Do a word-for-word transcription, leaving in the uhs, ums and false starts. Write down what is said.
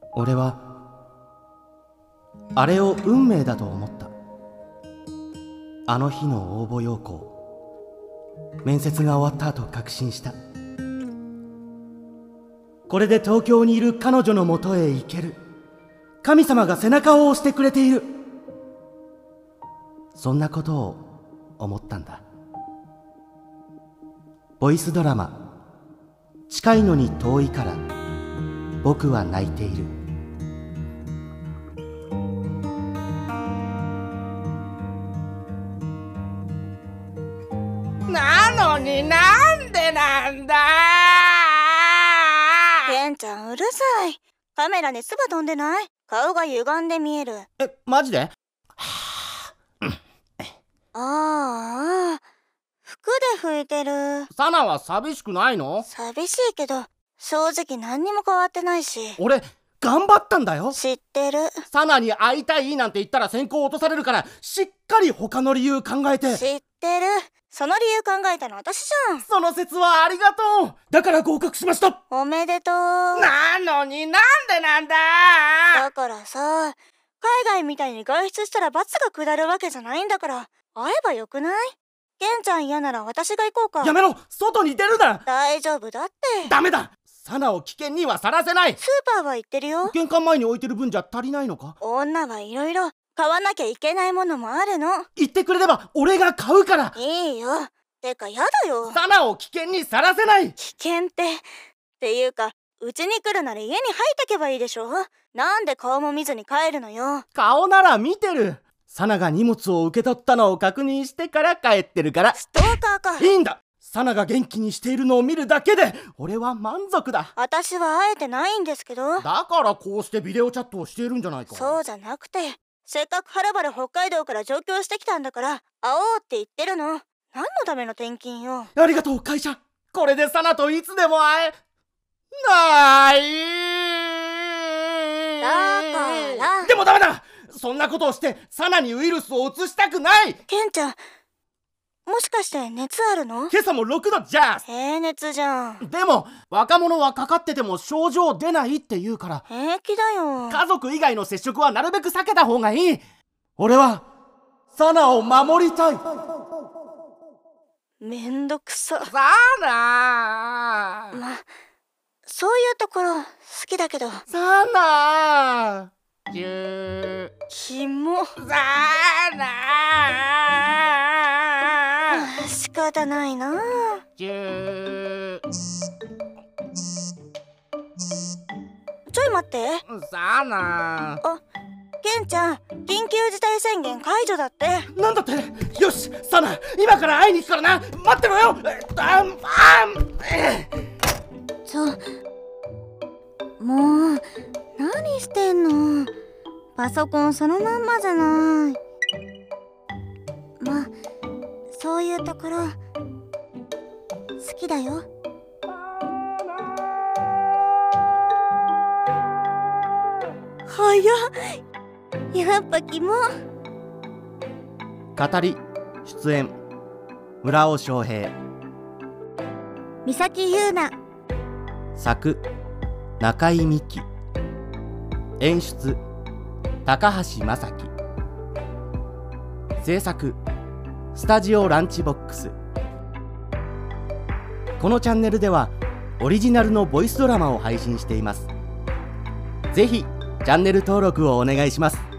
俺はあれを運命だと思った。あの日の応募要項、面接が終わった後確信した。これで東京にいる彼女のもとへ行ける。神様が背中を押してくれている。そんなことを思ったんだ。ボイスドラマ、近いのに遠いから僕は泣いている。 なのになんでなんだ。 ケンちゃんうるさい。カメラに唾飛んでない？顔が歪んで見える。 え、マジで？ ああ、服で拭いてる。 サナは寂しくないの？ 寂しいけど正直何にも変わってないし。 俺頑張ったんだよ。 知ってる。 サナに会いたいなんて言ったら選考落とされるから、しっかり他の理由考えて。 知ってる。その理由考えたの私じゃん。 その説はありがとう。だから合格しました。 おめでとう。 なのになんでなんだ。 だからさ、海外みたいに外出したら罰が下るわけじゃないんだから、会えばよくない？ケンちゃん嫌なら私が行こうか。 やめろ、外に出るな。 大丈夫だって。 ダメだ、サナを危険にはさらせない。 スーパーは行ってるよ。 玄関前に置いてる分じゃ足りないのか？ 女はいろいろ買わなきゃいけないものもあるの。 言ってくれれば俺が買うから。 いいよ。てかやだよ。 サナを危険にさらせない。 危険ってっていうか、うちに来るなら家に入ってけばいいでしょ。なんで顔も見ずに帰るのよ。 顔なら見てる。サナが荷物を受け取ったのを確認してから帰ってるから。 ストーカーか。 いいんだ。サナが元気にしているのを見るだけで俺は満足だ。 私は会えてないんですけど。 だからこうしてビデオチャットをしているんじゃないか。 そうじゃなくて、せっかくはるばる北海道から上京してきたんだから会おうって言ってるの。何のための転勤よ。 ありがとう会社。これでサナといつでも会えない。 だからでもダメだ。そんなことをしてサナにウイルスを移したくない。 ケンちゃん、もしかして熱あるの？ 今朝もろくどじゃ。 平熱じゃん。 でも若者はかかってても症状出ないって言うから。 平気だよ。 家族以外の接触はなるべく避けた方がいい。俺はサナを守りたい。 めんどくさ。 サナ。 ま、そういうところ好きだけど。 サナじゅーキモ。 サナ。 仕方ないな。 じゅーちょい待って。 サナ。 あ、ケンちゃん、緊急事態宣言解除だって。 なんだって。よしサナ、今から会いに行くからな。待ってろよ。あんあんちょ、もう何してんの。パソコンそのまんまじゃない。ま、そういうところ好きだよ。早っ。やっぱキモ。 語り出演村尾翔平、 三崎優奈、 作中井美紀、演出高橋正樹、制作スタジオランチボックス。このチャンネルではオリジナルのボイスドラマを配信しています。ぜひチャンネル登録をお願いします。